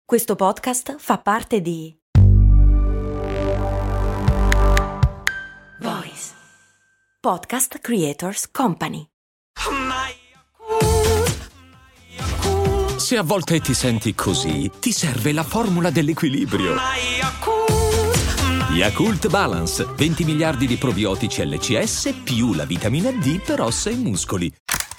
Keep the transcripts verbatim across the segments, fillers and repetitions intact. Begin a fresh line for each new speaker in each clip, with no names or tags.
Questo podcast fa parte di Voice Podcast Creators Company.
Se a volte ti senti così, ti serve la formula dell'equilibrio. Yakult Balance, venti miliardi di probiotici L C S più la vitamina D per ossa e muscoli.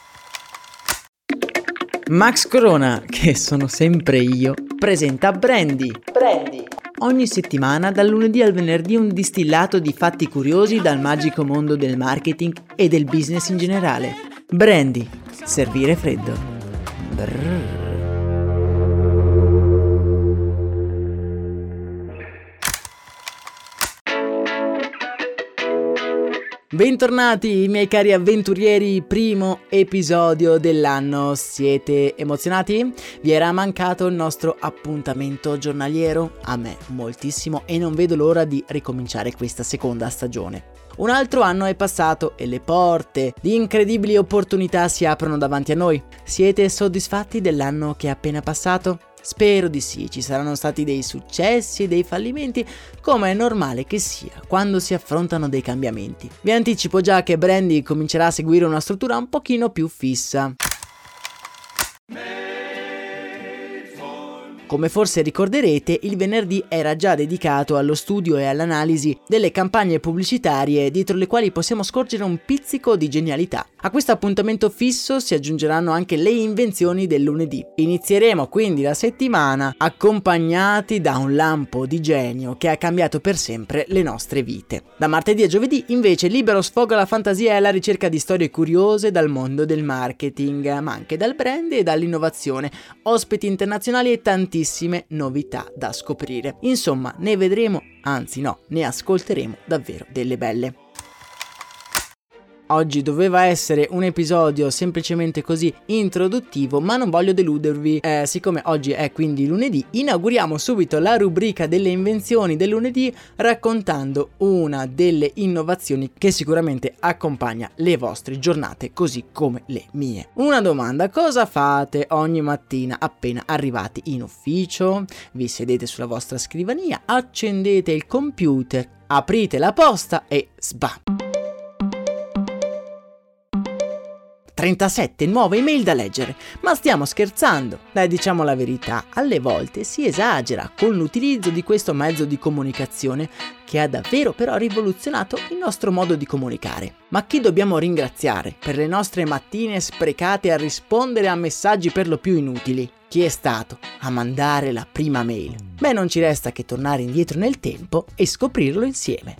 Max Corona, che sono sempre io, presenta Brandy. Brandy. Ogni settimana, dal lunedì al venerdì, un distillato di fatti curiosi dal magico mondo del marketing e del business in generale. Brandy. Servire freddo. Brrr. Bentornati miei cari avventurieri, primo episodio dell'anno. Siete emozionati? Vi era mancato il nostro appuntamento giornaliero? A me moltissimo, e non vedo l'ora di ricominciare questa seconda stagione. Un altro anno è passato e le porte di incredibili opportunità si aprono davanti a noi. Siete soddisfatti dell'anno che è appena passato? Spero di sì, ci saranno stati dei successi e dei fallimenti, come è normale che sia quando si affrontano dei cambiamenti. Vi anticipo già che Brandy comincerà a seguire una struttura un pochino più fissa. Come forse ricorderete, il venerdì era già dedicato allo studio e all'analisi delle campagne pubblicitarie dietro le quali possiamo scorgere un pizzico di genialità. A questo appuntamento fisso si aggiungeranno anche le invenzioni del lunedì. Inizieremo quindi la settimana accompagnati da un lampo di genio che ha cambiato per sempre le nostre vite. Da martedì a giovedì invece libero sfogo alla fantasia e alla ricerca di storie curiose dal mondo del marketing, ma anche dal brand e dall'innovazione, ospiti internazionali e tantissimi novità da scoprire. Insomma, ne vedremo, anzi no, ne ascolteremo davvero delle belle. Oggi doveva essere un episodio semplicemente così introduttivo, ma non voglio deludervi. Eh, siccome oggi è quindi lunedì, inauguriamo subito la rubrica delle invenzioni del lunedì raccontando una delle innovazioni che sicuramente accompagna le vostre giornate così come le mie. Una domanda: cosa fate ogni mattina appena arrivati in ufficio? Vi sedete sulla vostra scrivania, accendete il computer, aprite la posta e sbam! trentasette nuove email da leggere. Ma stiamo scherzando? Dai, diciamo la verità, alle volte si esagera con l'utilizzo di questo mezzo di comunicazione che ha davvero però rivoluzionato il nostro modo di comunicare. Ma chi dobbiamo ringraziare per le nostre mattine sprecate a rispondere a messaggi per lo più inutili? Chi è stato a mandare la prima mail? Beh, non ci resta che tornare indietro nel tempo e scoprirlo insieme.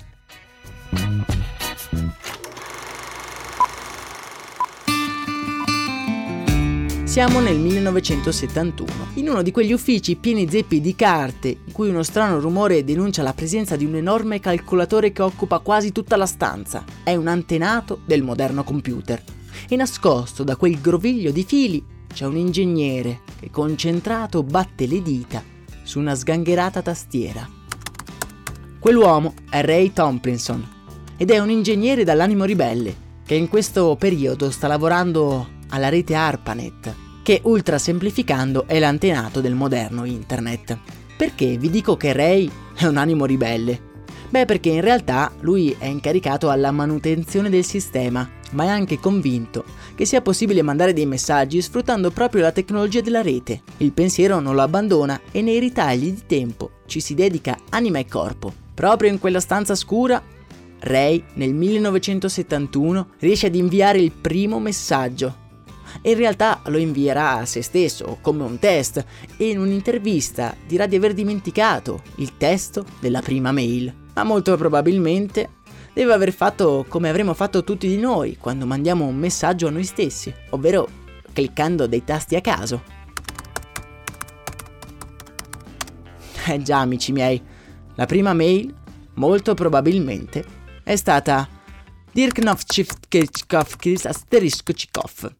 Siamo nel millenovecentosettantuno, in uno di quegli uffici pieni zeppi di carte, in cui uno strano rumore denuncia la presenza di un enorme calcolatore che occupa quasi tutta la stanza. È un antenato del moderno computer. E nascosto da quel groviglio di fili c'è un ingegnere che concentrato batte le dita su una sgangherata tastiera. Quell'uomo è Ray Tomlinson ed è un ingegnere dall'animo ribelle che in questo periodo sta lavorando alla rete ARPANET, che ultra semplificando è l'antenato del moderno internet. Perché vi dico che Ray è un animo ribelle? Beh, perché in realtà lui è incaricato alla manutenzione del sistema, ma è anche convinto che sia possibile mandare dei messaggi sfruttando proprio la tecnologia della rete. Il pensiero non lo abbandona e nei ritagli di tempo ci si dedica anima e corpo. Proprio in quella stanza scura, Ray nel millenovecentosettantuno riesce ad inviare il primo messaggio. In realtà lo invierà a se stesso come un test e in un'intervista dirà di aver dimenticato il testo della prima mail, ma molto probabilmente deve aver fatto come avremmo fatto tutti di noi quando mandiamo un messaggio a noi stessi, ovvero cliccando dei tasti a caso. Eh già, amici miei, la prima mail molto probabilmente è stata Dirknovchivkirchkov.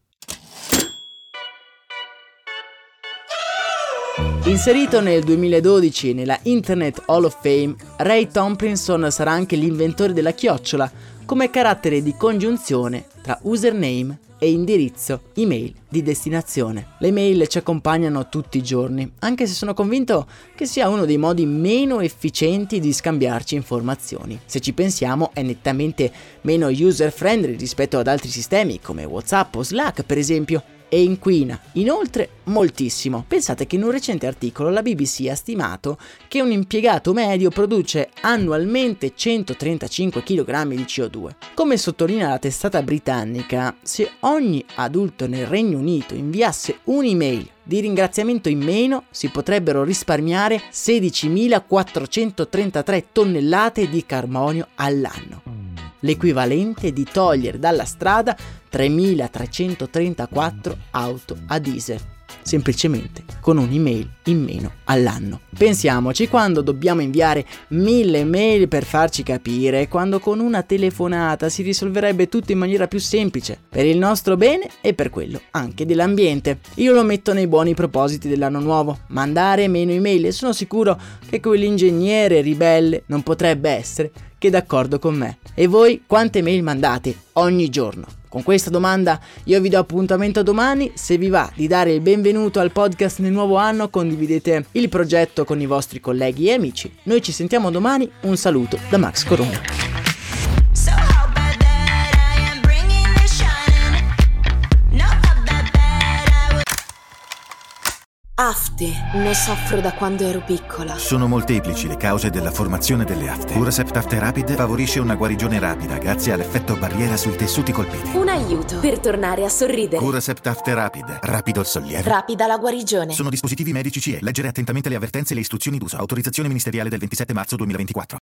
Inserito nel duemiladodici nella Internet Hall of Fame, Ray Tomlinson sarà anche l'inventore della chiocciola, come carattere di congiunzione tra username e indirizzo email di destinazione. Le mail ci accompagnano tutti i giorni, anche se sono convinto che sia uno dei modi meno efficienti di scambiarci informazioni. Se ci pensiamo, è nettamente meno user friendly rispetto ad altri sistemi come WhatsApp o Slack, per esempio, e inquina inoltre moltissimo. Pensate che in un recente articolo la B B C ha stimato che un impiegato medio produce annualmente centotrentacinque chilogrammi di C O due. Come sottolinea la testata britannica, se ogni adulto nel Regno Unito inviasse un'email di ringraziamento in meno, si potrebbero risparmiare sedicimilaquattrocentotrentatré tonnellate di carbonio all'anno, l'equivalente di togliere dalla strada tremilatrecentotrentaquattro auto a diesel, semplicemente con un'email in meno all'anno. Pensiamoci quando dobbiamo inviare mille mail per farci capire, quando con una telefonata si risolverebbe tutto in maniera più semplice, per il nostro bene e per quello anche dell'ambiente. Io lo metto nei buoni propositi dell'anno nuovo, mandare meno email, e sono sicuro che quell'ingegnere ribelle non potrebbe essere che d'accordo con me. E voi quante mail mandate ogni giorno? Con questa domanda io vi do appuntamento domani. Se vi va di dare il benvenuto al podcast nel nuovo anno, condividete il progetto con i vostri colleghi e amici. Noi ci sentiamo domani. Un saluto da Max Corona.
Afte, ne soffro da quando ero piccola.
Sono molteplici le cause della formazione delle afte. Curacept Afte Rapid favorisce una guarigione rapida grazie all'effetto barriera sui tessuti colpiti.
Un aiuto per tornare a sorridere.
Curacept Afte Rapid, rapido il sollievo,
rapida la guarigione.
Sono dispositivi medici C E. Leggere attentamente le avvertenze e le istruzioni d'uso. Autorizzazione ministeriale del ventisette marzo duemilaventiquattro.